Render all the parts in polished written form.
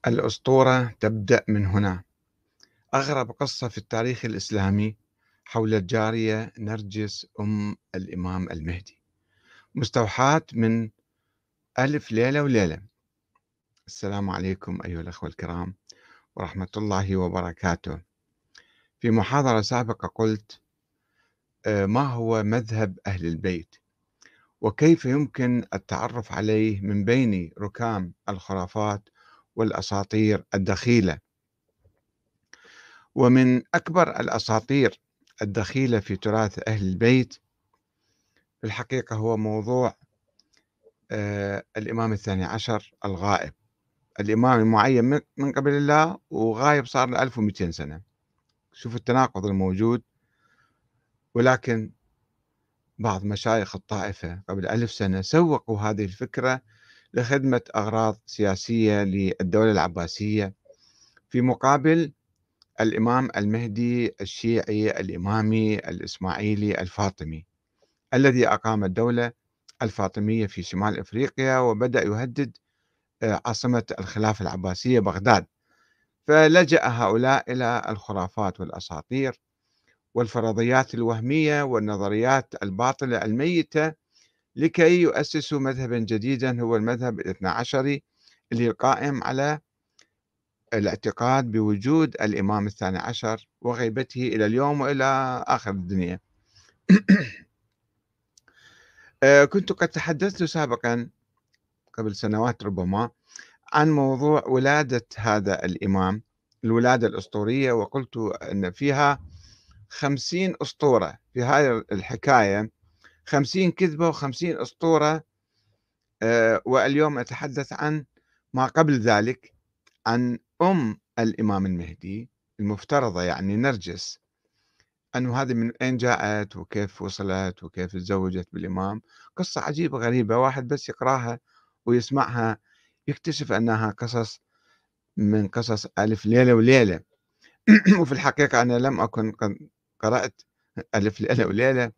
الأسطورة تبدأ من هنا. أغرب قصة في التاريخ الإسلامي حول الجارية نرجس الإمام المهدي، مستوحاة من ألف ليلة وليلة. السلام عليكم أيها الأخوة الكرام ورحمة الله وبركاته. في محاضرة سابقة قلت ما هو مذهب أهل البيت وكيف يمكن التعرف عليه من بين ركام الخرافات والأساطير الدخيلة. ومن أكبر الأساطير الدخيلة في تراث أهل البيت في الحقيقة هو موضوع الإمام الثاني عشر الغائب، الإمام المعين من قبل الله وغايب صار له 1200 سنة. شوف التناقض الموجود. ولكن بعض مشايخ الطائفة قبل 1000 سنة سوقوا هذه الفكرة لخدمة أغراض سياسية للدولة العباسية في مقابل الإمام المهدي الشيعي الإمامي الإسماعيلي الفاطمي الذي أقام الدولة الفاطمية في شمال إفريقيا وبدأ يهدد عاصمة الخلافة العباسية بغداد. فلجأ هؤلاء إلى الخرافات والأساطير والفرضيات الوهمية والنظريات الباطلة الميتة لكي يؤسسوا مذهبا جديدا هو المذهب الاثنى عشري اللي قائم على الاعتقاد بوجود الإمام الثاني عشر وغيبته إلى اليوم وإلى آخر الدنيا. كنت قد تحدثت سابقا قبل سنوات ربما عن موضوع ولادة هذا الإمام، الولادة الأسطورية، وقلت أن فيها 50 أسطورة في هذه الحكاية، 50 كذبة و50 أسطورة. واليوم أتحدث عن ما قبل ذلك، عن الإمام المهدي المفترضة، يعني نرجس، أنه هذه من أين جاءت وكيف وصلت وكيف تزوجت بالإمام. قصة عجيبة غريبة، واحد بس يقراها ويسمعها يكتشف أنها قصص من قصص ألف ليلة وليلة. وفي الحقيقة أنا لم أكن قد قرأت ألف ليلة وليلة،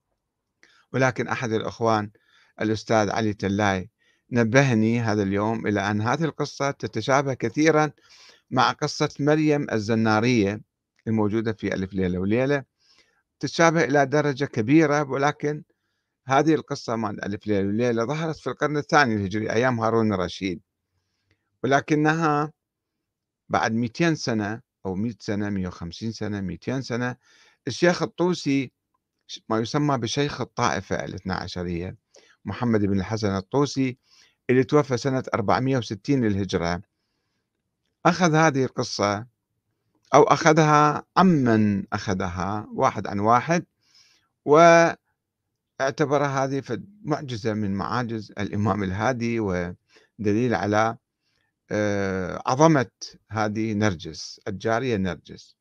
ولكن أحد الأخوان الأستاذ علي تلاي نبهني هذا اليوم إلى أن هذه القصة تتشابه كثيرا مع قصة مريم الزنارية الموجودة في ألف ليلة وليلة، تتشابه إلى درجة كبيرة. ولكن هذه القصة مال ألف ليلة وليلة ظهرت في القرن الثاني الهجري أيام هارون الرشيد، ولكنها بعد 200 سنة أو 100 سنة 150 سنة 200 سنة الشيخ الطوسي، ما يسمى بشيخ الطائفة الاثنى عشرية، محمد بن الحسن الطوسي، اللي توفى سنة 460 للهجرة، أخذ هذه القصة أو أخذها عمن أخذها واحد عن واحد، واعتبر هذه معجزة من معاجز الإمام الهادي ودليل على عظمة هذه نرجس، الجارية نرجس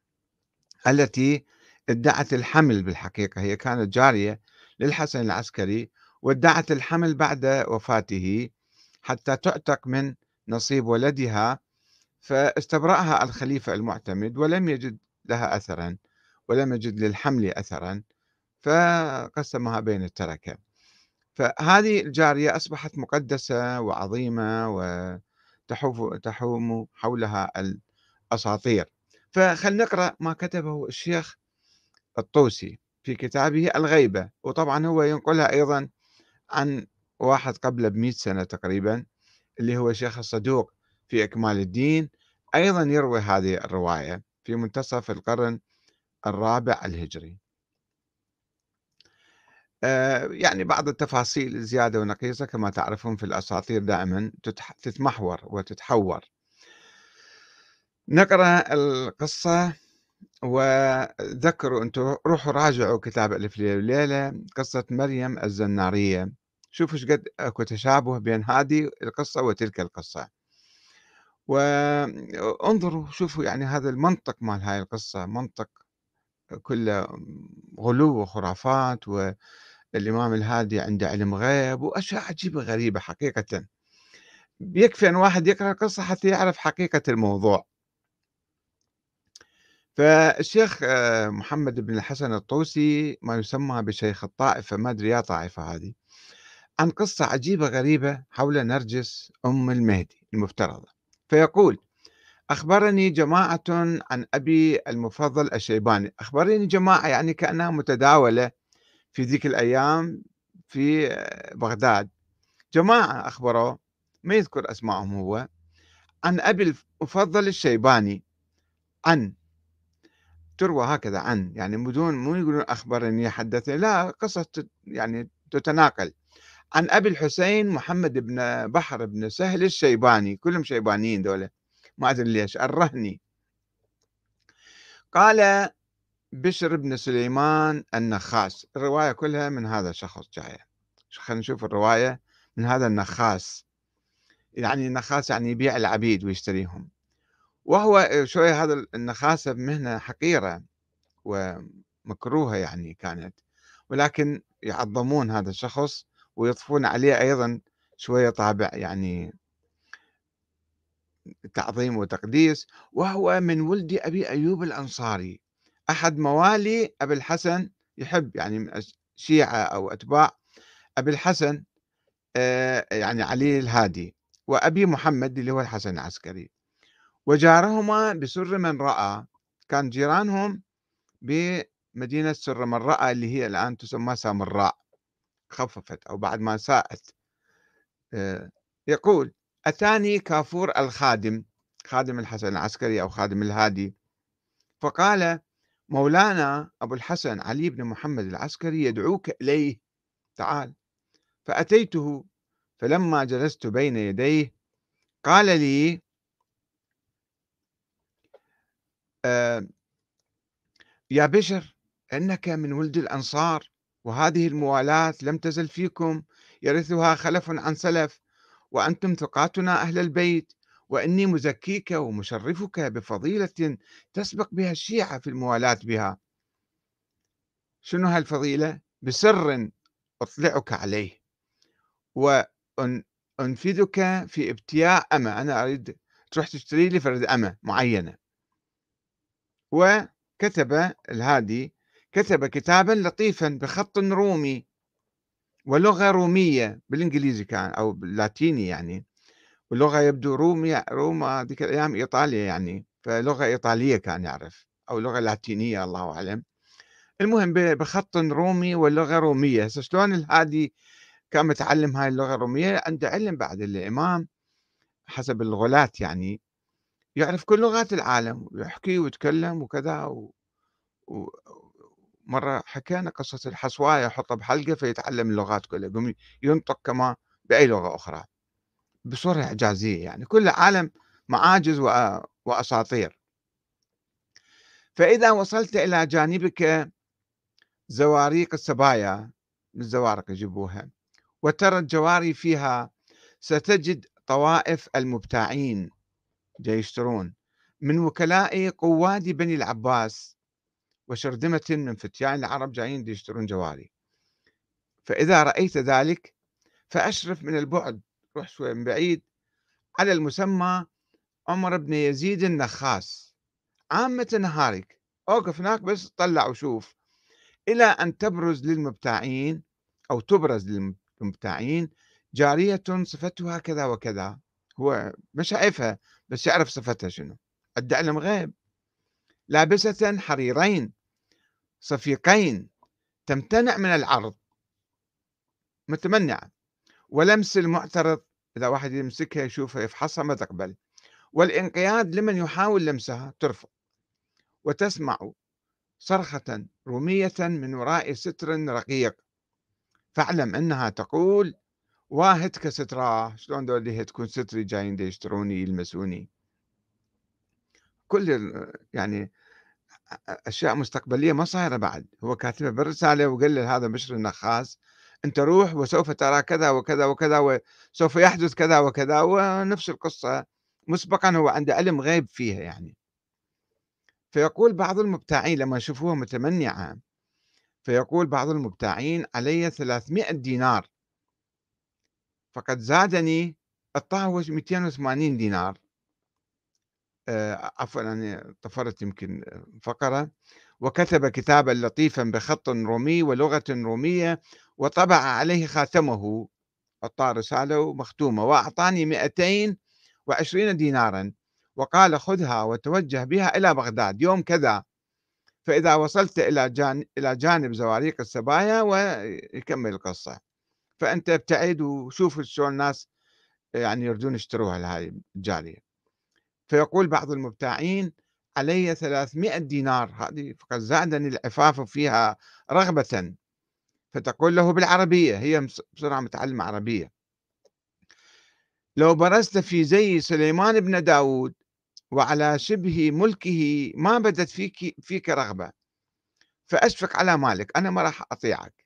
التي ادعت الحمل. بالحقيقة هي كانت جارية للحسن العسكري وادعت الحمل بعد وفاته حتى تعتق من نصيب ولدها، فاستبرأها الخليفة المعتمد ولم يجد لها أثرا ولم يجد للحمل أثرا، فقسمها بين التركة. فهذه الجارية أصبحت مقدسة وعظيمة وتحوم حولها الأساطير. فخلنا نقرأ ما كتبه الشيخ الطوسي في كتابه الغيبة، وطبعا هو ينقلها أيضا عن واحد قبل ب100 سنة تقريبا اللي هو الشيخ الصدوق في إكمال الدين، أيضا يروي هذه الرواية في منتصف القرن الرابع الهجري. يعني بعض التفاصيل زيادة ونقيصة كما تعرفون في الأساطير دائما تتمحور وتتحور. نقرأ القصة وذكروا أنتم، روحوا راجعوا كتاب ألف ليلة وليلة، قصة مريم الزنارية، شوفوا ايش قد اكو تشابه بين هذه القصة وتلك القصة، وانظروا شوفوا يعني هذا المنطق مال هاي القصة منطق كله غلو وخرافات، والإمام الهادي عنده علم غيب وأشياء عجيبة غريبة حقيقة. يكفي أن واحد يقرأ القصة حتى يعرف حقيقة الموضوع. فالشيخ محمد بن الحسن الطوسي، ما يسمى بشيخ الطائفة، ما أدري يا طائفة هذه، عن قصة عجيبة غريبة حول نرجس المهدي المفترضة. فيقول: أخبرني جماعة عن أبي المفضل الشيباني. أخبرني جماعة يعني كأنها متداولة في ذيك الأيام في بغداد. جماعة أخبروه، ما يذكر أسمائهم هو، عن أبي المفضل الشيباني. عن، تروى هكذا عن، يعني بدون مو يقولون أخبرني حدثني، لا، قصة يعني تتناقل. عن أبي الحسين محمد بن بحر بن سهل الشيباني، كلهم شيبانيين دولة، ما أدري ليش، الرهني. قال بشر بن سليمان النخاس. الرواية كلها من هذا الشخص جاية. خلينا نشوف الرواية من هذا النخاس. يعني النخاس يعني يبيع العبيد ويشتريهم، وهو شوية هذا النخاسة مهنة حقيرة ومكروهة يعني كانت، ولكن يعظمون هذا الشخص ويضيفون عليه أيضا شوية طابع يعني تعظيم وتقديس. وهو من ولد أبي أيوب الأنصاري، أحد موالي أبي الحسن، يحب يعني من شيعة أو أتباع أبي الحسن، يعني علي الهادي، وأبي محمد اللي هو الحسن العسكري. وجارهما بسر من رأى، كان جيرانهم بمدينة سر من رأى اللي هي الآن تسمى سامراء، خففت أو بعد ما ساءت. آه، يقول: أتاني كافور الخادم، خادم الحسن العسكري أو خادم الهادي، فقال: مولانا أبو الحسن علي بن محمد العسكري يدعوك إليه، تعال. فأتيته، فلما جلست بين يديه قال لي: آه، يا بشر، إنك من ولد الأنصار، وهذه الموالاة لم تزل فيكم، يرثها خلف عن سلف، وأنتم ثقاتنا أهل البيت، وإني مزكيك ومشرفك بفضيلة تسبق بها الشيعة في الموالاة بها. شنو هالفضيلة؟ بسر أطلعك عليه، وأنفذك في ابتياء أمة. أنا أريد تروح تشتري لي فرد أمة معينة. وكتب الهادي، كتب كتابا لطيفا بخط رومي ولغة رومية، بالإنجليزي كان أو باللاتيني يعني، ولغة يبدو رومية، روما ذيك الأيام إيطاليا يعني، فلغة إيطالية كان يعرف أو لغة لاتينية الله أعلم. المهم بخط رومي واللغة رومية. هسه شلون الهادي كان متعلم هاي اللغة الرومية؟ عنده علم بعد الإمام حسب الغلاة يعني، يعرف كل لغات العالم ويحكي ويتكلم وكذا و... مرة حكينا قصة الحصواية، يحطها بحلقة فيتعلم اللغات كلها، يقوم ينطق كما بأي لغة أخرى بصورة إعجازية. يعني كل عالم معاجز وأساطير. فإذا وصلت إلى جانبك زواريق السبايا، من الزوارق يجيبوها، وترى الجواري فيها، ستجد طوائف المبتاعين جاي يشترون من وكلاء قواد بني العباس وشرذمة من فتيان العرب جايين دي يشترون جواري. فإذا رأيت ذلك فأشرف من البعد، روح شوي من بعيد، على المسمى عمر بن يزيد النخاس عامة نهارك، أوقف هناك بس طلع وشوف، إلى أن تبرز للمبتاعين أو تبرز للمبتاعين جارية صفتها كذا وكذا. هو مش شايفها بس يعرف صفتها شنو، عنده علم غيب. لابسة حريرين صفيقين، تمتنع من العرض، متمنعة، ولمس المعترض، إذا واحد يمسكها يشوفها يفحصها ما تقبل، والانقياد لمن يحاول لمسها ترفض، وتسمع صرخة رومية من وراء ستر رقيق، فاعلم أنها تقول: واهتك ستراه. شلون دول تكون ستري جايين دي يشتروني يلمسوني؟ كل يعني أشياء مستقبلية ما صايرة بعد. هو كاتبها بالرسالة وقال له هذا بشر النخاس: أنت روح وسوف ترى كذا وكذا وكذا، وسوف يحدث كذا وكذا، ونفس القصة مسبقا هو عنده علم غيب فيها يعني. فيقول بعض المبتاعين لما يشوفوها متمنعة، فيقول بعض المبتاعين: علي 300 دينار، فقد زادني الطاوش 280 دينار. عفوا أنا طفرت يمكن فقرة. وكتب كتابا لطيفا بخط رومي ولغة رومية، وطبع عليه خاتمه، أعطاه رسالة مختومة، وأعطاني 200 و20 دينارا، وقال خذها وتوجه بها إلى بغداد يوم كذا، فإذا وصلت إلى جانب زواريق السبايا، ويكمل القصة. فأنت ابتعد وشوف شلون الناس يعني يريدون يشتروها لهذه الجارية. فيقول بعض المبتاعين: علي 300 دينار، هذه فقد زادني العفاف فيها رغبة. فتقول له بالعربية، هي بسرعة متعلمة عربية: لو برزت في زي سليمان بن داود وعلى شبه ملكه ما بدت فيك رغبة، فأشفق على مالك، أنا ما راح أطيعك.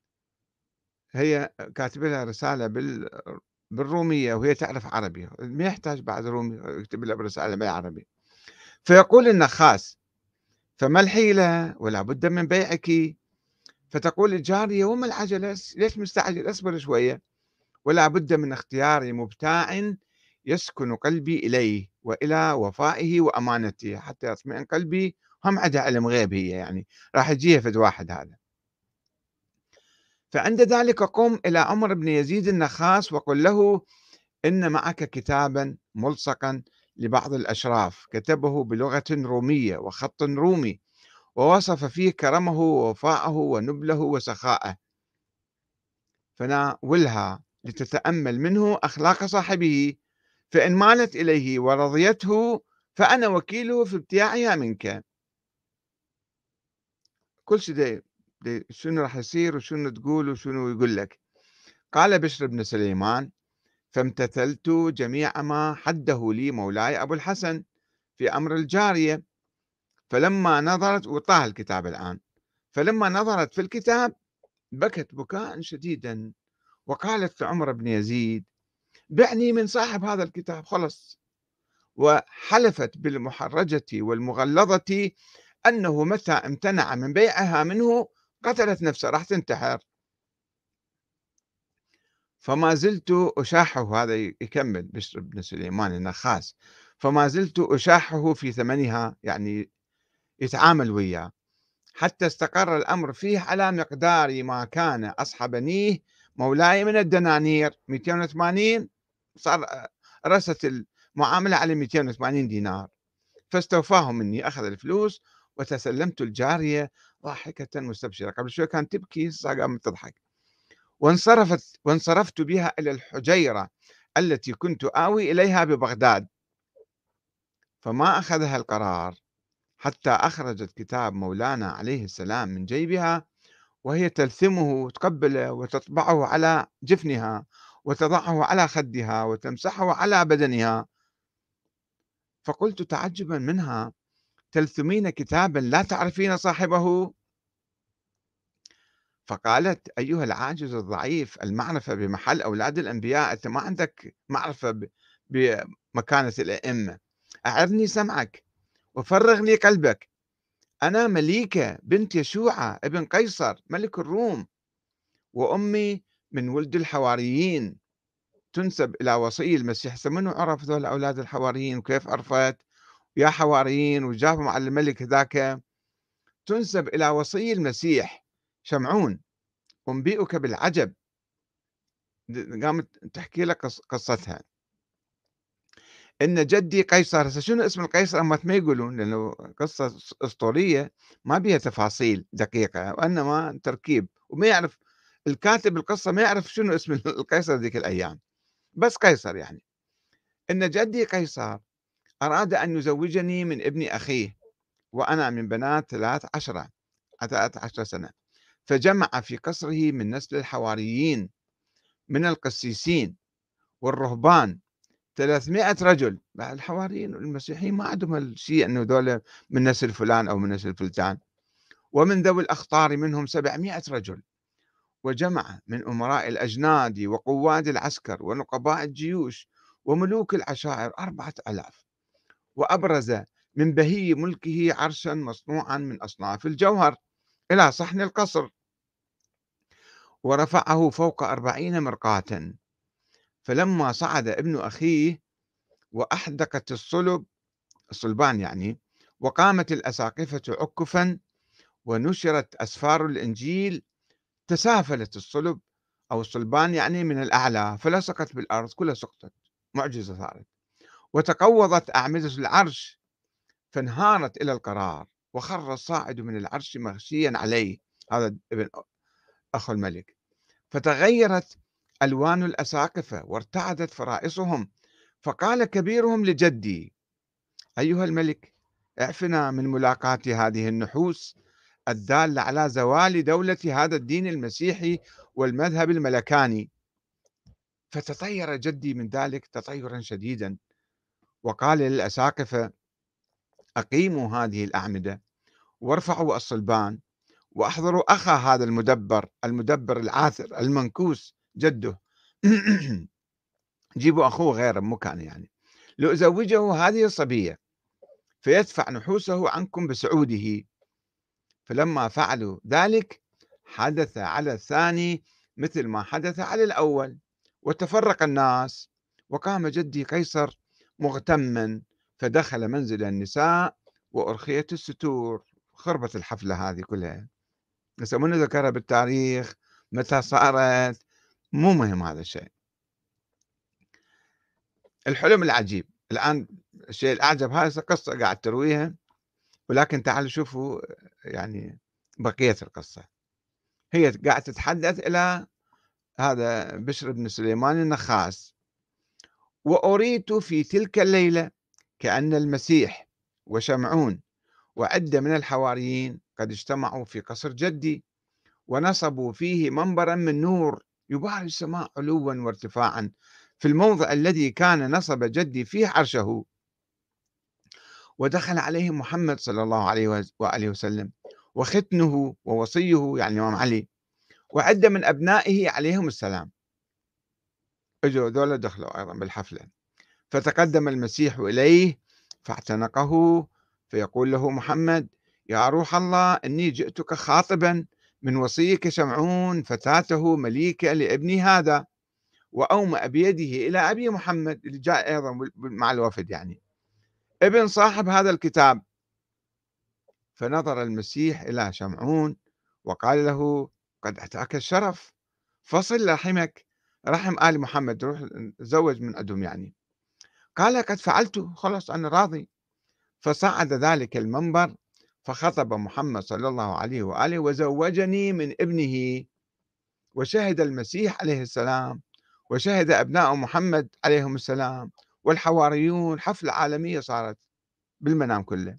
هي كاتبة لها رسالة بالرومية، وهي تعرف عربي، ما يحتاج بعد رومي يكتب لها برسالة بالعربي. فيقول النخاس: فما الحيلة ولا بد من بيعك. فتقول الجارية: وما العجلة، ليش مستعجل، اصبر شوية، ولا بد من اختيار مبتاع يسكن قلبي إليه وإلى وفائه وأمانته حتى يطمئن قلبي. هم عندها علم غيب هي، يعني راح يجيها فد واحد هذا. فعند ذلك قم إلى عمر بن يزيد النخاس وقل له: إن معك كتابا ملصقا لبعض الأشراف كتبه بلغة رومية وخط رومي، ووصف فيه كرمه ووفاءه ونبله وسخاءه، فناولها لتتأمل منه أخلاق صاحبه، فإن مالت إليه ورضيته فأنا وكيله في ابتياعها منك. كل شيء شنو راح يصير وشنو تقول وشنو يقول لك. قال بشر بن سليمان: فامتثلت جميع ما حده لي مولاي أبو الحسن في أمر الجارية، فلما نظرت، وطاها الكتاب الآن، فلما نظرت في الكتاب بكت بكاء شديدا، وقالت لعمر بن يزيد: بعني من صاحب هذا الكتاب خلص. وحلفت بالمحرجة والمغلظة أنه متى امتنع من بيعها منه قتلت نفسها، راح تنتحر. فما زلت أشاحه، هذا يكمل بشر بن سليمان النخاس: فما زلت أشاحه في ثمنها، يعني يتعامل وياه، حتى استقر الأمر فيه على مقدار ما كان أصحبنيه مولاي من الدنانير 280. صار رست المعاملة على 280 دينار، فاستوفاهم مني، أخذ الفلوس، وتسلمت الجارية ضاحكة مستبشرة. قبل شوي كانت تبكي، هسه قامت تضحك. وانصرفت بها إلى الحجيرة التي كنت آوي إليها ببغداد، فما أخذها القرار حتى أخرجت كتاب مولانا عليه السلام من جيبها، وهي تلثمه وتقبله وتطبعه على جفنها وتضعه على خدها وتمسحه على بدنها. فقلت تعجبا منها: تلثمين كتابا لا تعرفين صاحبه؟ فقالت: أيها العاجز الضعيف، المعرفة بمحل أولاد الأنبياء، أنت ما عندك معرفة بمكانة الأئمة. أعرني سمعك وفرغ لي قلبك. أنا مليكة بنت يشوع ابن قيصر ملك الروم، وأمي من ولد الحواريين، تنسب إلى وصي المسيح. منو عرف ذول أولاد الحواريين وكيف عرفت؟ يا حواريين وجابهم على الملك ذاك. تنسب إلى وصي المسيح شمعون، أنبئك بالعجب. قامت تحكي لك قصتها: إن جدي قيصر. هسه شنو اسم القيصر؟ أما ما يقولون، لأنه قصة أسطورية ما بيها تفاصيل دقيقة، وإنما تركيب، وما يعرف الكاتب القصة، ما يعرف شنو اسم القيصر ذيك الأيام، بس قيصر يعني. إن جدي قيصر أراد أن يزوجني من ابن أخيه، وأنا من بنات 13 سنة، فجمع في قصره من نسل الحواريين من القسيسين والرهبان 300 رجل. الحواريين والمسيحيين ما عندهم الشيء أنه دولة من نسل فلان أو من نسل فلان. ومن ذوي الأخطار منهم 700 رجل. وجمع من أمراء الأجناد وقواد العسكر ونقباء الجيوش وملوك العشائر 4000. وأبرز من بهي ملكه عرشا مصنوعا من أصناف الجوهر إلى صحن القصر، ورفعه فوق 40 مرقاة. فلما صعد ابن أخيه وأحدقت الصلبان يعني، وقامت الأساقفة عكفا، ونشرت أسفار الإنجيل، تسافلت الصلب أو الصلبان يعني من الأعلى، فلصقت بالأرض، كلها سقطت، معجزة صارت. وتقوضت أعمدة العرش فانهارت إلى القرار، وخر الصاعد من العرش مغشيا عليه، هذا ابن أخو الملك، فتغيرت ألوان الأساقفة وارتعدت فرائصهم، فقال كبيرهم لجدي: أيها الملك، اعفنا من ملاقاة هذه النحوس الدالة على زوال دولة هذا الدين المسيحي والمذهب الملكاني. فتطير جدي من ذلك تطيرا شديدا، وقال للأساقفة: أقيموا هذه الأعمدة وارفعوا الصلبان، وأحضروا أخا هذا المدبر العاثر المنكوس جده جيبوا أخوه غيره مكانه يعني، لأزوجه هذه الصبية فيدفع نحوسه عنكم بسعوده. فلما فعلوا ذلك حدث على الثاني مثل ما حدث على الأول، وتفرق الناس، وقام جدي قيصر مغتما، فدخل منزل النساء وأرخيت الستور. خربت الحفلة هذه كلها، بس من ذكرها بالتاريخ متى صارت مو مهم هذا الشيء. الحلم العجيب الآن، الشيء الأعجب هذه قصة قاعد ترويها، ولكن تعالوا شوفوا يعني بقية القصة. هي قاعدة تتحدث إلى هذا بشر بن سليمان النخاس: وأريت في تلك الليلة كأن المسيح وشمعون وعدة من الحواريين قد اجتمعوا في قصر جدي، ونصبوا فيه منبرا من نور يباري السماء علوا وارتفاعا في الموضع الذي كان نصب جدي فيه عرشه. ودخل عليه محمد صلى الله عليه وآله وسلم وختنه ووصيه يعني الإمام علي وعدة من أبنائه عليهم السلام، اجوا ذولا دخلوا أيضا بالحفلة. فتقدم المسيح إليه فاعتنقه، فيقول له محمد: يا روح الله، إني جئتك خاطبا من وصيك شمعون فتاته مليكة لابني هذا. وأومأ بيده إلى أبي محمد اللي جاء أيضا مع الوفد يعني ابن صاحب هذا الكتاب. فنظر المسيح إلى شمعون وقال له: قد أتاك الشرف، فصل رحمك، رحم آل محمد، روح تزوج من عندهم يعني. قال: قد فعلت، خلاص أنا راضي. فصعد ذلك المنبر فخطب محمد صلى الله عليه وآله وزوجني من ابنه. وشهد المسيح عليه السلام، وشهد أبناء محمد عليهم السلام والحواريون، حفلة عالمية صارت بالمنام كله.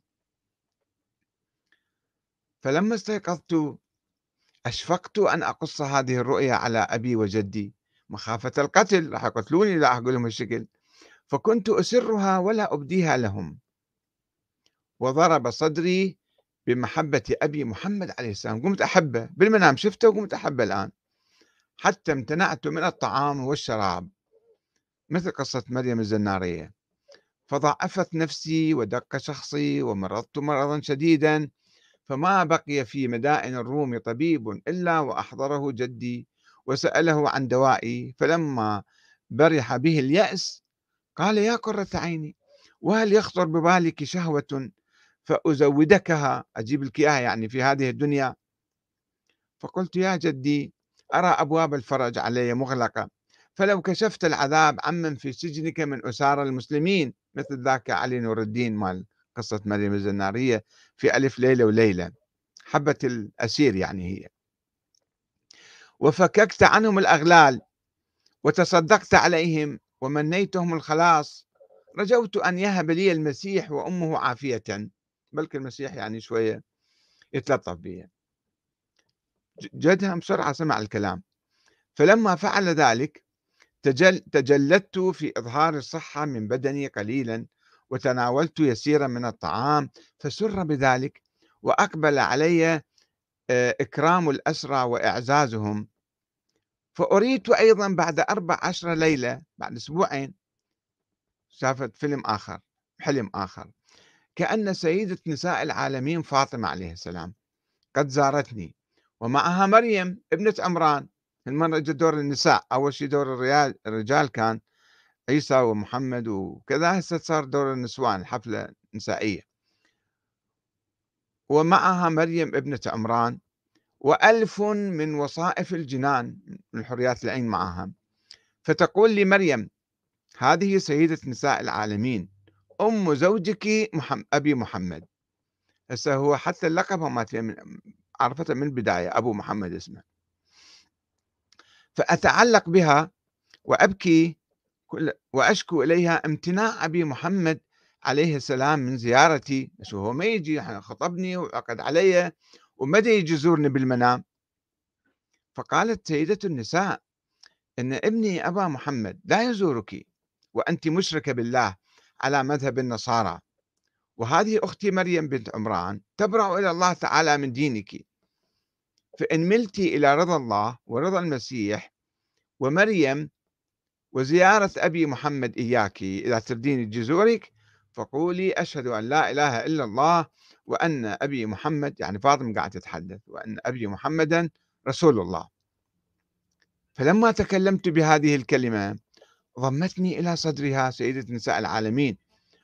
فلما استيقظت أشفقت أن أقص هذه الرؤيا على أبي وجدي مخافة القتل، راح يقتلوني لا أقول لهم الشكل، فكنت أسرها ولا أبديها لهم. وضرب صدري بمحبة أبي محمد عليه السلام، قمت أحبه بالمنام، شفته وقمت أحبه الآن، حتى امتنعت من الطعام والشراب، مثل قصة مريم الزنارية. فضعفت نفسي ودق شخصي ومرضت مرضا شديدا، فما بقي في مدائن الروم طبيب إلا وأحضره جدي وسأله عن دوائي. فلما برح به اليأس قال: يا قرة عيني، وهل يخطر ببالك شهوة فأزودكها، أجيب لك إياها يعني في هذه الدنيا؟ فقلت: يا جدي، أرى أبواب الفرج علي مغلقة، فلو كشفت العذاب عمن في سجنك من أسارى المسلمين، مثل ذاك علي نور الدين مال قصة مريم الزنارية في ألف ليلة وليلة، حبة الأسير يعني هي، وفككت عنهم الأغلال وتصدقت عليهم ومنيتهم الخلاص، رجوت أن يهب لي المسيح وأمه عافية، بلكي المسيح يعني شوية يتلطف بي. جدها بسرعة سمع الكلام، فلما فعل ذلك تجلدت في إظهار الصحة من بدني قليلا، وتناولت يسيرا من الطعام، فسر بذلك وأقبل علي إكرام الأسرى وإعزازهم. فأريت أيضا بعد 14 ليلة، بعد أسبوعين، شافت فيلم آخر، حلم آخر، كأن سيدة نساء العالمين فاطمة عليه السلام قد زارتني، ومعها مريم ابنة عمران. المرة جت دور النساء، أول شيء دور الرجال كان عيسى ومحمد وكذا، هسه صار دور النسوان، حفلة نسائية. ومعها مريم ابنة عمران وألف من وصائف الجنان من حريات العين معها. فتقول لي مريم: هذه سيدة نساء العالمين، أم زوجك أبي محمد. هسه هو حتى اللقب مالته عرفته من البداية، أبو محمد اسمه. فأتعلق بها وأبكي وأشكو إليها امتناع أبي محمد عليه السلام من زيارتي، بس هو ما يجي، خطبني وعقد علي ومتى يجي يزورني بالمنام. فقالت سيدة النساء: إن ابني أبا محمد لا يزورك وأنت مشركة بالله على مذهب النصارى، وهذه أختي مريم بنت عمران تبرأ إلى الله تعالى من دينك، فإن ملت إلى رضا الله ورضا المسيح ومريم وزيارة أبي محمد إياك، إذا تردين جزورك فقولي: أشهد أن لا إله إلا الله وأن أبي محمد، يعني فاطمة قاعدة تتحدث، وأن أبي محمدا رسول الله. فلما تكلمت بهذه الكلمة ضمتني إلى صدرها سيدة نساء العالمين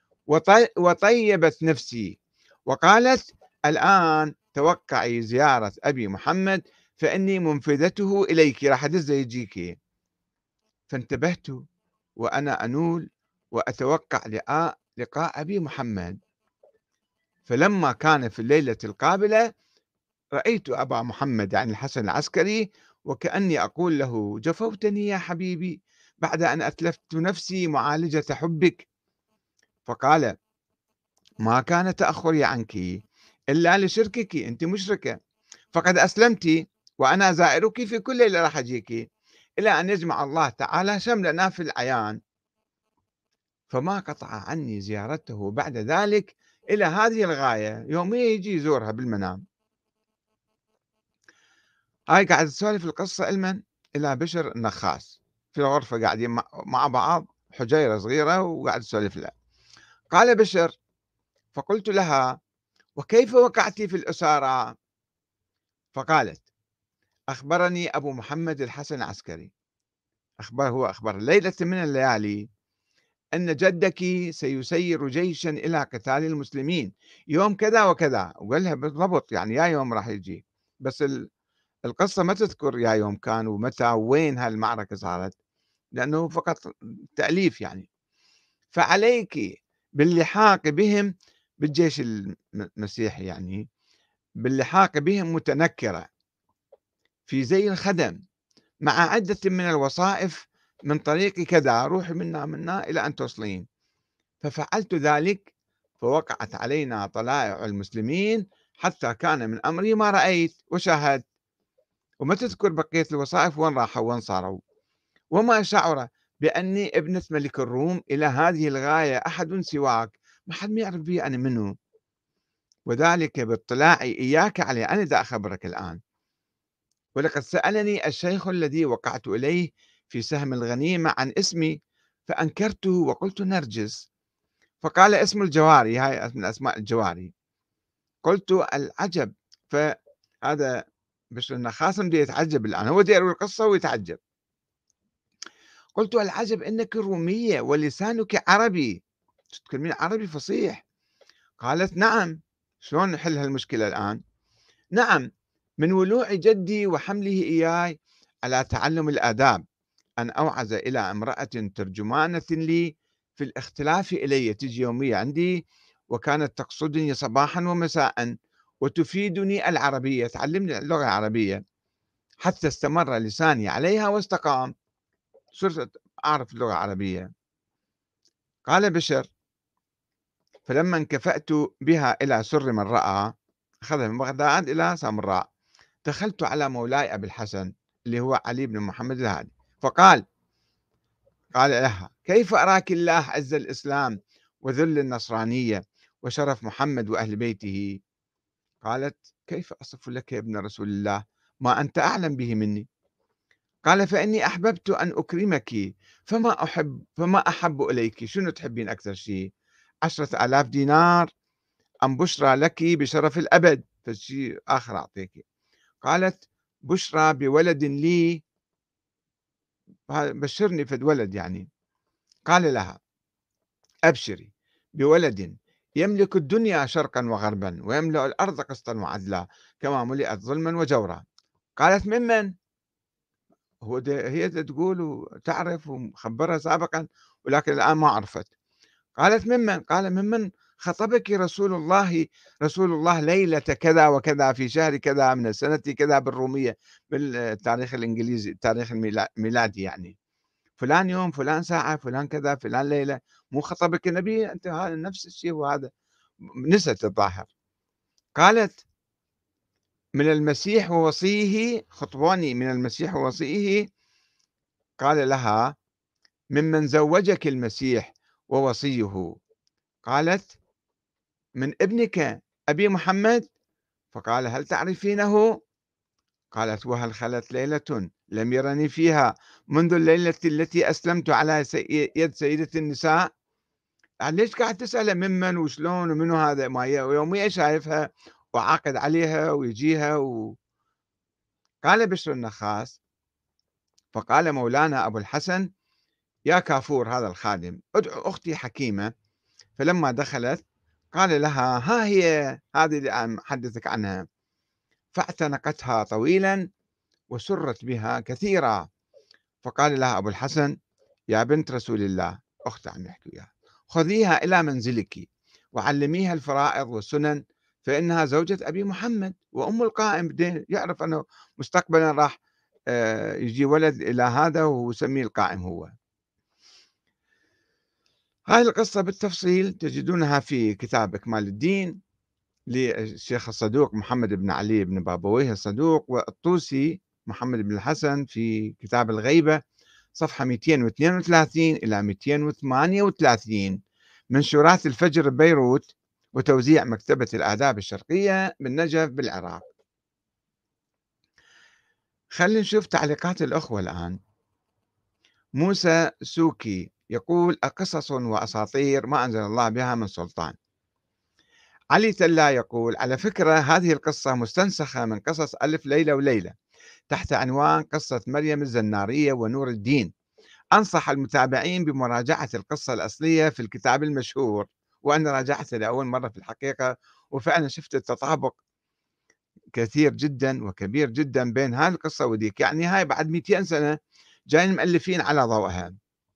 وطيبت نفسي وقالت: الآن توقعي زيارة أبي محمد فإني منفذته إليك، راح أدز يجيك. فانتبهت وأنا أنول وأتوقع لقاء أبي محمد. فلما كان في الليلة القابلة رأيت أبا محمد، يعني الحسن العسكري، وكأني أقول له: جفوتني يا حبيبي بعد أن أتلفت نفسي معالجة حبك. فقال: ما كان تأخري عنك إلا لشركك، أنت مشركة، فقد أسلمت وأنا زائرك في كل ليلة راح أجيك إلى أن يجمع الله تعالى شملنا في العيان. فما قطع عني زيارته بعد ذلك إلى هذه الغاية، يوميا يجي يزورها بالمنام. هاي قاعد تسولف القصة إلى بشر النخاس في الغرفة، قاعدين مع بعض، حجيرة صغيرة، وقاعد تسولف لها. قال بشر: فقلت لها: وكيف وقعت في الأسارة؟ فقالت: أخبرني أبو محمد الحسن العسكري، أخبر ليلة من الليالي أن جدك سيسير جيشا إلى قتال المسلمين يوم كذا وكذا، وقال لها بالضبط يعني يا يوم راح يجي، بس القصة ما تذكر يا يوم كان ومتى وين هالمعركة صارت، لأنه فقط تأليف يعني. فعليك باللحاق بهم، بالجيش المسيحي يعني، باللحاق بهم متنكرة في زي الخدم مع عدة من الوظائف من طريق كذا، روحي منا إلى أن توصلين. ففعلت ذلك، فوقعت علينا طلائع المسلمين حتى كان من أمري ما رأيت وشاهدت. وما تذكر بقية الوظائف وين راحوا وين صاروا. وما شعر بأني ابنة ملك الروم إلى هذه الغاية أحد سواك، ما حد ما يعرف بي أنا منه، وذلك باطلاعي إياك عليه. أنا دا أخبرك الآن. ولقد سألني الشيخ الذي وقعت إليه في سهم الغنيمة عن اسمي فأنكرته وقلت نرجس، فقال: اسم الجواري، هاي من أسماء الجواري. قلت: العجب. فهذا بشر النخاس بده يتعجب الآن، هو بده يروي القصة ويتعجب. قلت: العجب إنك رومية ولسانك عربي، تتكلمين عربي فصيح. قالت: نعم. شلون نحل هالمشكلة الآن؟ نعم، من ولوع جدي وحمله إياي على تعلم الآداب أن أوعز إلى امرأة ترجمانة لي في الاختلاف إلي، تجي يومية عندي وكانت تقصدني صباحا ومساء وتفيدني العربية، تعلمني اللغة العربية حتى استمر لساني عليها واستقام، صرت أعرف اللغة العربية. قال بشر: فلما انكفأت بها إلى سر من رأى، أخذها من بغداد إلى سامراء، دخلت على مولاي أبي الحسن اللي هو علي بن محمد الهادي، قال لها: كيف أراك الله عز الإسلام وذل النصرانية وشرف محمد وأهل بيته؟ قالت: كيف أصف لك يا ابن رسول الله ما أنت أعلم به مني؟ قال: فإني أحببت أن أكرمك، فما أحب إليك، شنو تحبين أكثر شيء، 10,000 دينار أم بشرى لك بشرف الأبد، فشي آخر أعطيك؟ قالت: بشرى بولد لي، بشرني فد ولد يعني. قال لها: أبشري بولد يملك الدنيا شرقا وغربا ويملأ الأرض قسطا وعدلا كما ملئت ظلما وجورا. قالت: ممن؟ هي تقول وتعرف ومخبرها سابقا ولكن الآن ما عرفت. قالت: ممن؟ قال: ممن خطبك رسول الله ليلة كذا وكذا في شهر كذا من السنة كذا بالرومية، بالتاريخ الإنجليزي، التاريخ الميلادي يعني، فلان يوم، فلان ساعة، فلان كذا، فلان ليلة، مو خطبك النبي أنت؟ هذا نفس الشيء، وهذا نسيت الظاهر. قالت: من المسيح ووصيه، خطبوني من المسيح ووصيه. قال لها: ممن زوجك المسيح ووصيه؟ قالت: من ابنك أبي محمد. فقال: هل تعرفينه؟ قالت: وهل خلت ليلة لم يرني فيها منذ الليلة التي أسلمت على يد سيدة النساء؟ يعني ليش قاعد تسأله ممن وشلون ومنو هذا، ما هي يوميا شايفها وعاقد عليها ويجيها قال بشر النخاس: فقال مولانا أبو الحسن: يا كافور هذا الخادم، ادعو أختي حكيمة. فلما دخلت قال لها: ها هي هذه اللي أحدثك عنها. فاعتنقتها طويلا وسرت بها كثيرا. فقال لها أبو الحسن: يا بنت رسول الله، أخت عم يحكي وياها، خذيها إلى منزلك وعلميها الفرائض والسنن، فإنها زوجة أبي محمد وأم القائم، بدين يعرف أنه مستقبلا راح يجي ولد إلى هذا ويسميه القائم هو. هاي القصة بالتفصيل تجدونها في كتاب إكمال الدين للشيخ الصدوق محمد بن علي بن بابويه الصدوق، والطوسي محمد بن الحسن في كتاب الغيبة، صفحة 232 إلى 238، منشورات الفجر ببيروت، وتوزيع مكتبة الآداب الشرقية بالنجف بالعراق. خلينا نشوف تعليقات الأخوة الآن. موسى سوكي يقول: قصص وأساطير ما أنزل الله بها من سلطان. علي تلا يقول: على فكرة هذه القصة مستنسخة من قصص ألف ليلة وليلة تحت عنوان قصة مريم الزنارية ونور الدين. أنصح المتابعين بمراجعة القصة الأصلية في الكتاب المشهور. وأنا راجعته لأول مرة في الحقيقة، وفعلا شفت التطابق كثير جدا وكبير جدا بين هاي القصة وديك، يعني هاي بعد 200 سنة جايين مؤلفين على ضوءها.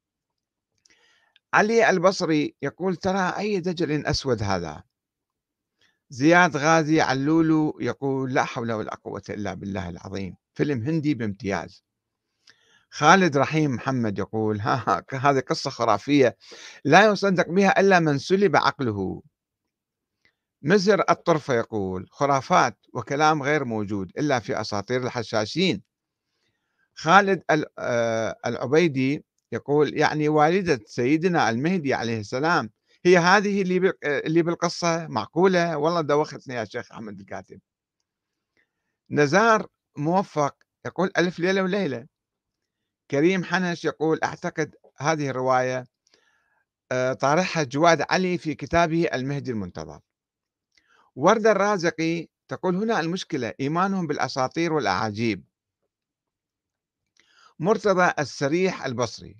علي البصري يقول: ترى أي دجل أسود هذا. زياد غازي علولو يقول: لا حول ولا قوة إلا بالله العظيم، فيلم هندي بامتياز. خالد رحيم محمد يقول: هذه قصة خرافية لا يصدق بها إلا من سلب عقله. مزر الطرفة يقول: خرافات وكلام غير موجود إلا في أساطير الحشاشين. خالد العبيدي يقول: يعني والدة سيدنا المهدي عليه السلام هي هذه اللي بالقصة؟ معقولة؟ والله دوختني يا شيخ أحمد الكاتب. نزار موفق يقول: ألف ليلة وليلة. كريم حنش يقول: أعتقد هذه الرواية طارحها جواد علي في كتابه المهدي المنتظر. وردة الرازقي تقول: هنا المشكلة إيمانهم بالأساطير والأعاجيب. مرتضى السريح البصري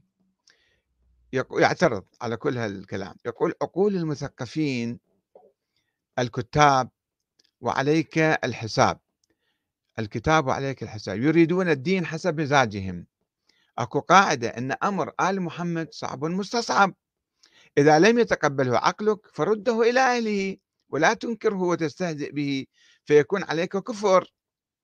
يعترض على كل هالكلام، يقول: عقول المثقفين الكتاب وعليك الحساب، الكتاب وعليك الحساب، يريدون الدين حسب مزاجهم. أكو قاعدة أن أمر آل محمد صعب مستصعب، إذا لم يتقبله عقلك فرده إلى أهله ولا تنكره وتستهزئ به فيكون عليك كفر.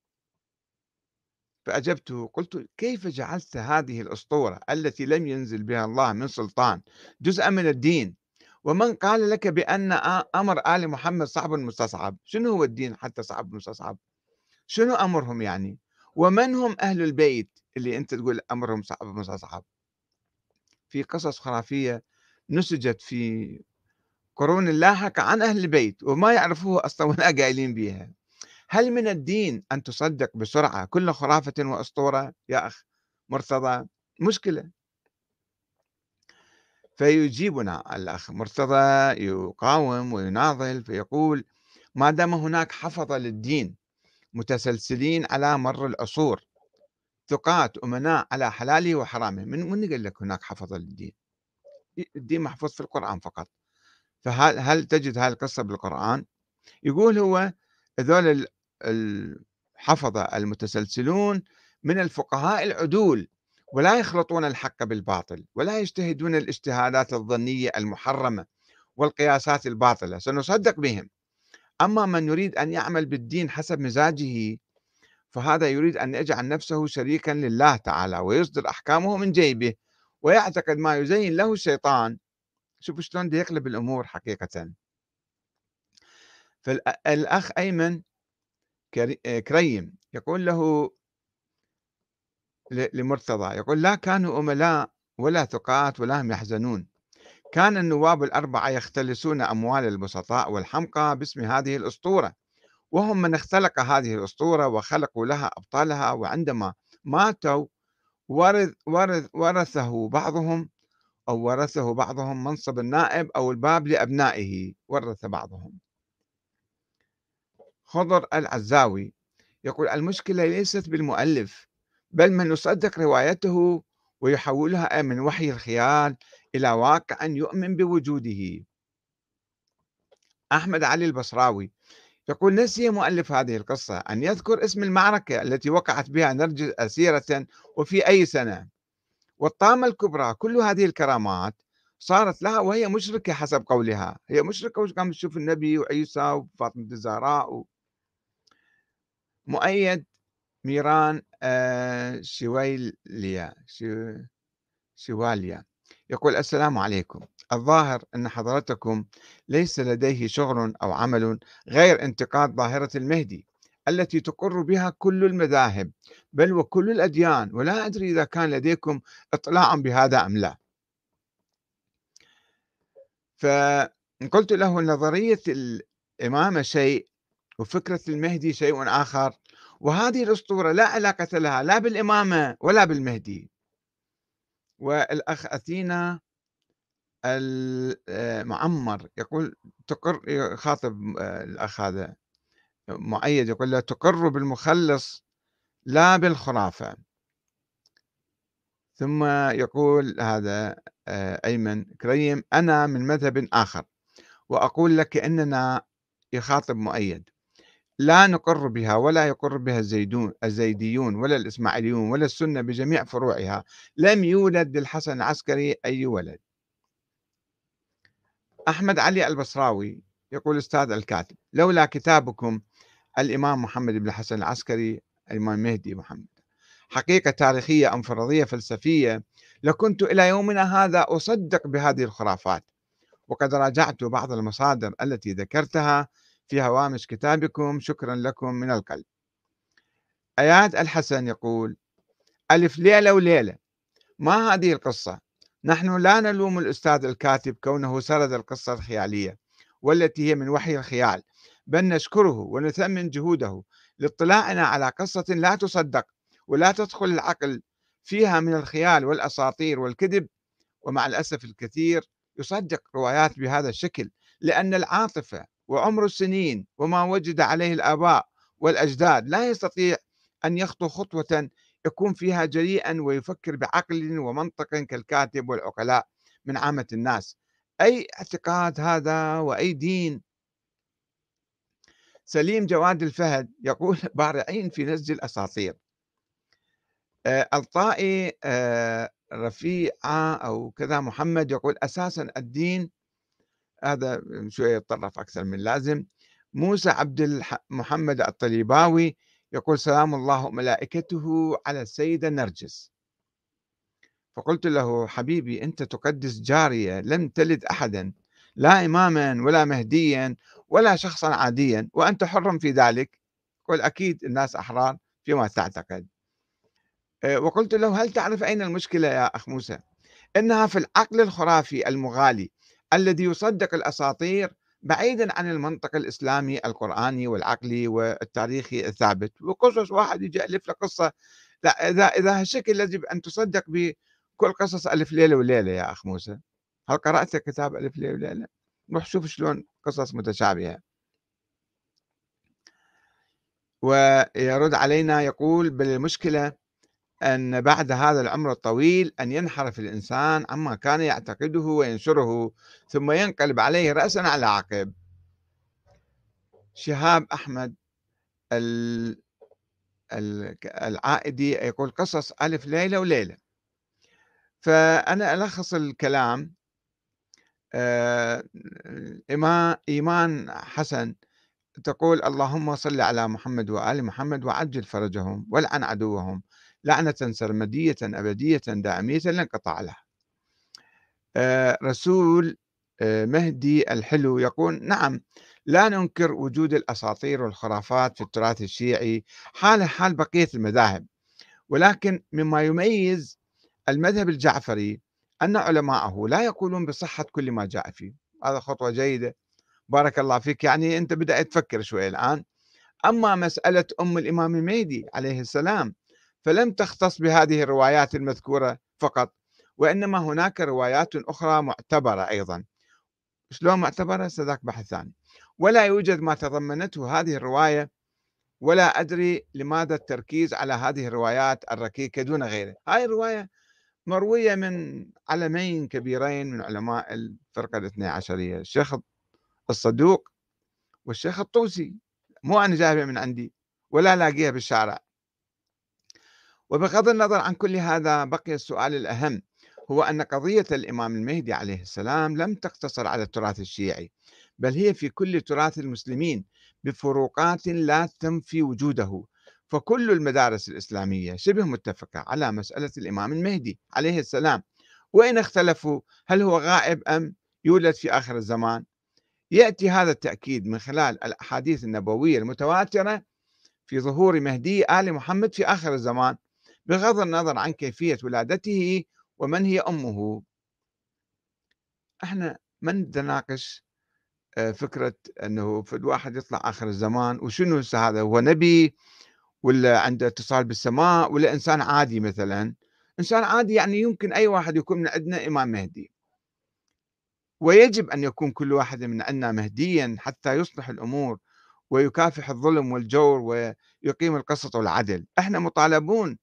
فأجبته قلت: كيف جعلت هذه الأسطورة التي لم ينزل بها الله من سلطان جزءا من الدين؟ ومن قال لك بأن أمر آل محمد صعب مستصعب؟ شنو هو الدين حتى صعب مستصعب؟ شنو أمرهم يعني؟ ومن هم أهل البيت اللي أنت تقول أمرهم صعب مستصعب؟ في قصص خرافية نسجت في قرون لاحقة عن أهل البيت وما يعرفوه أصلا ولا قايلين بها. هل من الدين أن تصدق بسرعة كل خرافة وأسطورة يا أخ مرتضى؟ مشكلة. فيجيبنا الأخ مرتضى يقاوم ويناضل فيقول: ما دام هناك حفظة للدين متسلسلين على مر العصور، ثقات أمناء على حلاله وحرامه، من قال لك هناك حفظة للدين؟ الدين محفوظ في القرآن فقط. فهل تجد هذه القصة بالقرآن؟ يقول هو: هذول الحفظة المتسلسلون من الفقهاء العدول ولا يخلطون الحق بالباطل ولا يجتهدون الاجتهادات الظنية المحرمة والقياسات الباطلة، سنصدق بهم. أما من يريد أن يعمل بالدين حسب مزاجه فهذا يريد أن يجعل نفسه شريكا لله تعالى ويصدر أحكامه من جيبه ويعتقد ما يزين له الشيطان. شوفوا شلون بده يقلب الأمور حقيقة. فالأخ أيمن كريم يقول له لمرتضى، يقول: لا كانوا أملاء ولا ثقات ولا هم يحزنون، كان النواب الأربعة يختلسون أموال البسطاء والحمقى باسم هذه الأسطورة، وهم من اختلق هذه الأسطورة وخلقوا لها أبطالها، وعندما ماتوا ورثه بعضهم منصب النائب أو الباب لأبنائه، ورث بعضهم. خضر العزاوي يقول: المشكلة ليست بالمؤلف بل من يصدق روايته ويحولها من وحي الخيال إلى واقع يؤمن بوجوده. أحمد علي البصراوي يقول: نسي مؤلف هذه القصة أن يذكر اسم المعركة التي وقعت بها نرجس أسيرة وفي أي سنة. والطامة الكبرى كل هذه الكرامات صارت لها وهي مشركة حسب قولها، هي مشركة وش قامت تشوف النبي وعيسى وفاطمة الزهراء. مؤيد ميران شواليا يقول: السلام عليكم، الظاهر أن حضرتكم ليس لديه شغل أو عمل غير انتقاد ظاهرة المهدي التي تقر بها كل المذاهب بل وكل الأديان، ولا أدري إذا كان لديكم اطلاع بهذا أم لا. فقلت له: نظرية الإمامة شيء وفكرة المهدي شيء آخر، وهذه الأسطورة لا علاقة لها لا بالإمامة ولا بالمهدي. والأخ أثينا المعمر يقول: يخاطب الأخ هذا مؤيد، يقول له: تقر بالمخلص لا بالخرافة. ثم يقول هذا أيمن كريم: أنا من مذهب آخر وأقول لك إننا، يخاطب مؤيد، لا نقر بها ولا يقر بها الزيديون ولا الإسماعيليون ولا السنة بجميع فروعها، لم يولد للحسن العسكري أي ولد. أحمد علي البصراوي يقول: أستاذ الكاتب، لولا كتابكم الإمام محمد بن الحسن العسكري الإمام المهدي محمد حقيقة تاريخية أم فرضية فلسفية لكنت إلى يومنا هذا أصدق بهذه الخرافات، وقد راجعت بعض المصادر التي ذكرتها في هوامش كتابكم، شكرا لكم من القلب. أياد الحسن يقول: ألف ليلة وليلة، ما هذه القصة؟ نحن لا نلوم الأستاذ الكاتب كونه سرد القصة الخيالية والتي هي من وحي الخيال، بل نشكره ونثمن جهوده لاطلاعنا على قصة لا تصدق ولا تدخل العقل، فيها من الخيال والأساطير والكذب. ومع الأسف الكثير يصدق روايات بهذا الشكل لأن العاطفة وعمر السنين وما وجد عليه الآباء والأجداد لا يستطيع أن يخطو خطوة يكون فيها جريئا ويفكر بعقل ومنطق كالكاتب والعقلاء من عامة الناس. أي اعتقاد هذا وأي دين؟ سليم جواد الفهد يقول: بارعين في نسج الأساطير. الطائي رفيعة أو كذا محمد يقول: أساسا الدين، هذا شوية يتطرف أكثر من اللازم. موسى عبد محمد الطليباوي يقول: سلام الله وملائكته على السيدة نرجس. فقلت له: حبيبي، أنت تقدس جارية لم تلد أحدا، لا إماما ولا مهديا ولا شخصا عاديا، وأنت حر في ذلك. قل: أكيد الناس أحرار فيما تعتقد. وقلت له: هل تعرف أين المشكلة يا أخ موسى؟ إنها في العقل الخرافي المغالي الذي يصدق الأساطير بعيدا عن المنطق الإسلامي القرآني والعقلي والتاريخي الثابت. وقصص واحد يجي ألف لك قصة، لا، إذا هالشكل يجب أن تصدق بكل قصص ألف ليلة وليلة. يا أخ موسى، هل قرأت كتاب ألف ليلة وليلة؟ روح شوف شلون قصص متشابهة. ويرد علينا يقول: بل المشكلة أن بعد هذا العمر الطويل أن ينحرف الإنسان عما كان يعتقده وينشره ثم ينقلب عليه رأسا على عقب. شهاب أحمد العائدي يقول: قصص ألف ليلة وليلة فأنا ألخص الكلام. آآ إيمان حسن تقول: اللهم صل على محمد وآل محمد وعجل فرجهم والعن عدوهم لعنة سرمدية أبدية دائمية لا انقطاع لها. رسول مهدي الحلو يقول: نعم، لا ننكر وجود الأساطير والخرافات في التراث الشيعي حال بقية المذاهب، ولكن مما يميز المذهب الجعفري أن علماءه لا يقولون بصحة كل ما جاء فيه. هذا خطوة جيدة، بارك الله فيك، يعني أنت بدأت تفكر شوي الآن. أما مسألة أم الإمام المهدي عليه السلام فلم تختص بهذه الروايات المذكورة فقط، وإنما هناك روايات أخرى معتبرة أيضا. شلون معتبرة؟ سذاك بحث ثاني. ولا يوجد ما تضمنته هذه الرواية، ولا أدري لماذا التركيز على هذه الروايات الركيكة دون غيرها. هاي الرواية مروية من علمين كبيرين من علماء الفرقة الاثنى عشرية، الشيخ الصدوق والشيخ الطوسي، مو أنا جايبها من عندي ولا لاقيها بالشارع. وبغض النظر عن كل هذا، بقي السؤال الأهم، هو أن قضية الإمام المهدي عليه السلام لم تقتصر على التراث الشيعي، بل هي في كل تراث المسلمين بفروقات لا تنفي وجوده. فكل المدارس الإسلامية شبه متفقة على مسألة الإمام المهدي عليه السلام، وإن اختلفوا هل هو غائب أم يولد في آخر الزمان. يأتي هذا التأكيد من خلال الأحاديث النبوية المتواترة في ظهور مهدي آل محمد في آخر الزمان، بغض النظر عن كيفية ولادته ومن هي أمه. احنا ما نتناقش فكرة أنه فد واحد يطلع آخر الزمان وشنو هسه، هذا هو نبي ولا عنده اتصال بالسماء ولا إنسان عادي؟ مثلا إنسان عادي يعني يمكن أي واحد يكون من عندنا إمام مهدي، ويجب أن يكون كل واحد من عندنا مهديا حتى يصلح الأمور ويكافح الظلم والجور ويقيم القسط والعدل. احنا مطالبون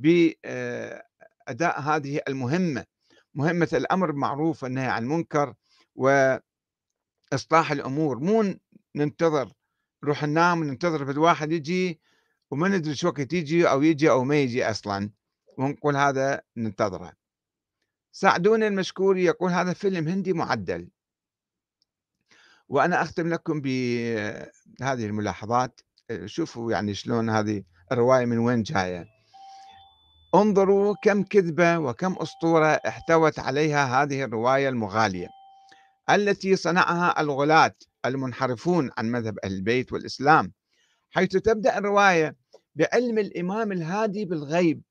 بأداء هذه المهمة، مهمة الأمر بالمعروف والنهي عن المنكر وإصلاح الأمور. مو ننتظر، نروح ننام وننتظر في واحد يجي وما ندري شو وقت يجي أو يجي أو ما يجي أصلا ونقول هذا ننتظره. سعدون المشكوري يقول: هذا فيلم هندي معدل. وأنا أختم لكم بهذه الملاحظات. شوفوا يعني شلون هذه الرواية من وين جاية. انظروا كم كذبة وكم أسطورة احتوت عليها هذه الرواية المغالية التي صنعها الغلاة المنحرفون عن مذهب أهل البيت والإسلام، حيث تبدأ الرواية بعلم الإمام الهادي بالغيب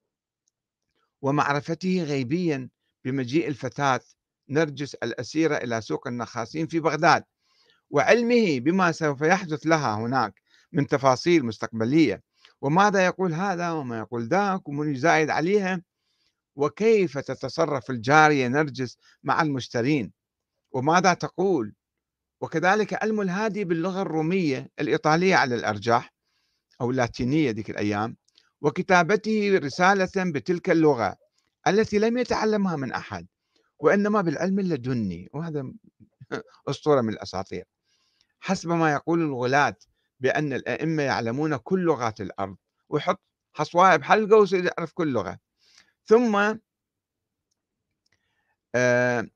ومعرفته غيبيا بمجيء الفتاة نرجس الأسيرة إلى سوق النخاسين في بغداد، وعلمه بما سوف يحدث لها هناك من تفاصيل مستقبلية، وماذا يقول هذا وما يقول ذاك ومن يزايد عليها، وكيف تتصرف الجارية نرجس مع المشترين وماذا تقول. وكذلك علم الهادي باللغة الرومية الإيطالية على الأرجح أو اللاتينية ذيك الأيام، وكتابته رسالة بتلك اللغة التي لم يتعلمها من أحد وإنما بالعلم اللدني، وهذا أسطورة من الأساطير، حسب ما يقول الغلاة بأن الأئمة يعلمون كل لغات الأرض، ويحط حصواية بحلقة ويصير يعرف كل لغة. ثم آه،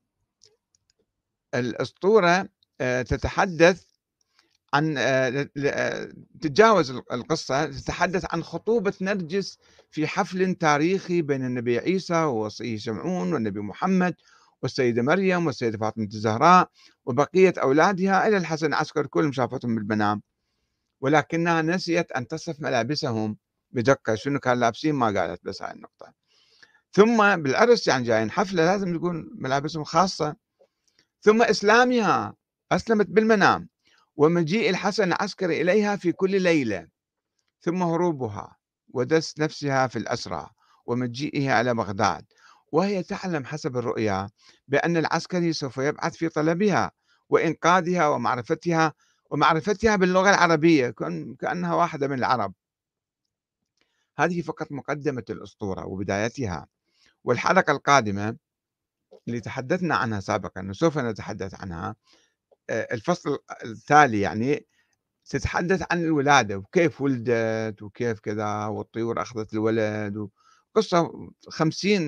الأسطورة تتحدث عن تتجاوز القصة، تتحدث عن خطوبة نرجس في حفل تاريخي بين النبي عيسى ووصيه شمعون والنبي محمد والسيدة مريم والسيدة فاطمة الزهراء وبقية أولادها إلى الحسن العسكري، كلهم شافتهم بالمنام، ولكنها نسيت أن تصف ملابسهم بدقة، شنو كان لابسين ما قالت، بس هاي النقطة. ثم بالعرس يعني جايين حفلة لازم تكون ملابسهم خاصة. ثم إسلامها، أسلمت بالمنام، ومجيء الحسن العسكري إليها في كل ليلة، ثم هروبها ودس نفسها في الأسرى ومجيئها إلى بغداد، وهي تعلم حسب الرؤيا بأن العسكري سوف يبعث في طلبها وإنقاذها ومعرفتها باللغة العربية كأنها واحدة من العرب. هذه فقط مقدمة الأسطورة وبدايتها، والحلقة القادمة اللي تحدثنا عنها سابقا وسوف نتحدث عنها، الفصل التالي يعني تتحدث عن الولادة وكيف ولدت وكيف كذا والطيور أخذت الولد، وقصة 50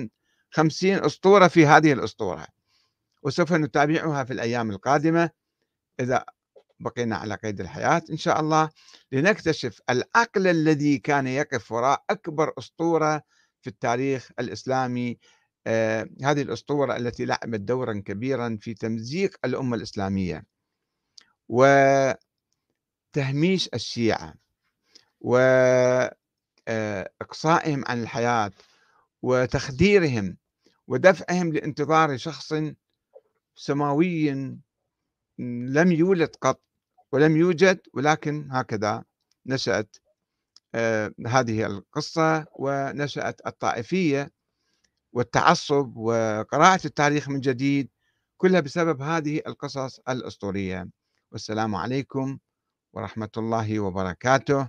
50 أسطورة في هذه الأسطورة، وسوف نتابعها في الأيام القادمة إذا بقينا على قيد الحياة إن شاء الله، لنكتشف العقل الذي كان يقف وراء أكبر أسطورة في التاريخ الإسلامي، هذه الأسطورة التي لعبت دورا كبيرا في تمزيق الأمة الإسلامية وتهميش الشيعة وإقصائهم عن الحياة وتخديرهم ودفعهم لانتظار شخص سماوي لم يولد قط ولم يوجد، ولكن هكذا نشأت هذه القصة، ونشأت الطائفية والتعصب وقراءة التاريخ من جديد، كلها بسبب هذه القصص الأسطورية. والسلام عليكم ورحمة الله وبركاته.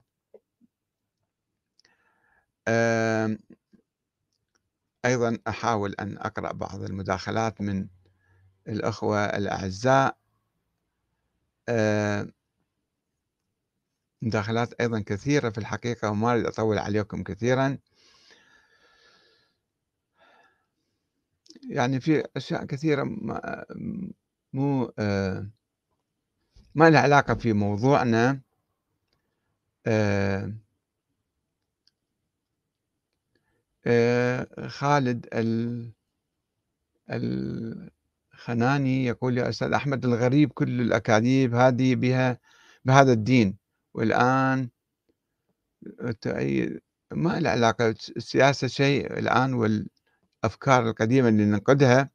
أيضا أحاول أن أقرأ بعض المداخلات من الأخوة الأعزاء، مداخلات أيضا كثيرة في الحقيقة، وما أريد أطول عليكم كثيرا. يعني في أشياء كثيرة مو ما لها علاقة في موضوعنا. خالد الخناني يقول: يا أستاذ أحمد، الغريب كل الأكاذيب هذه بها بهذا الدين، والآن تؤيد. ما لها علاقة، السياسة شيء الآن، والأفكار القديمة اللي ننقدها.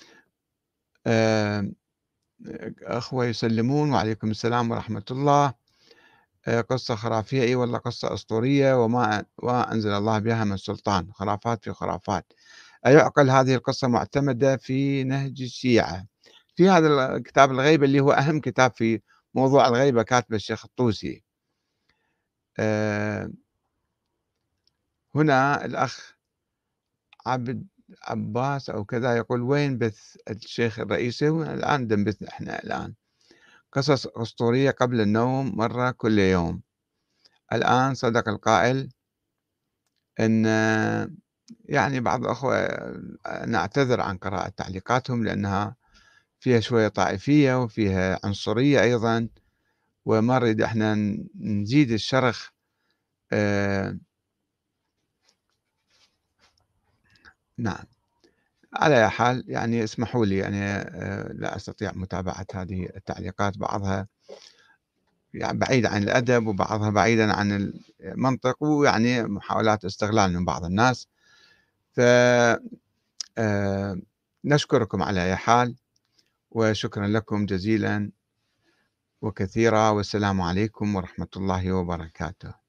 أخوة يسلمون وعليكم السلام ورحمة الله. قصة خرافية، أي والله قصة أسطورية، وما أنزل الله بها من سلطان، خرافات في خرافات. أيعقل هذه القصة معتمدة في نهج الشيعة في هذا كتاب الغيبة اللي هو أهم كتاب في موضوع الغيبة، كاتبه الشيخ الطوسي. هنا الأخ عبد عباس أو كذا يقول: وين بث الشيخ الرئيسي؟ الآن دنبث إحنا الآن قصص أسطورية قبل النوم مرة كل يوم. الآن صدق القائل أن يعني بعض الأخوة، أنا أعتذر عن قراءة تعليقاتهم لأنها فيها شوية طائفية وفيها عنصرية أيضا، وما نريد احنا نزيد الشرخ. نعم، على أي حال يعني اسمحوا لي، يعني لا أستطيع متابعة هذه التعليقات، بعضها يعني بعيد عن الأدب وبعضها بعيدا عن المنطق، ويعني محاولات استغلال من بعض الناس. ف نشكركم على أي حال، وشكرا لكم جزيلا وكثيرا، والسلام عليكم ورحمة الله وبركاته.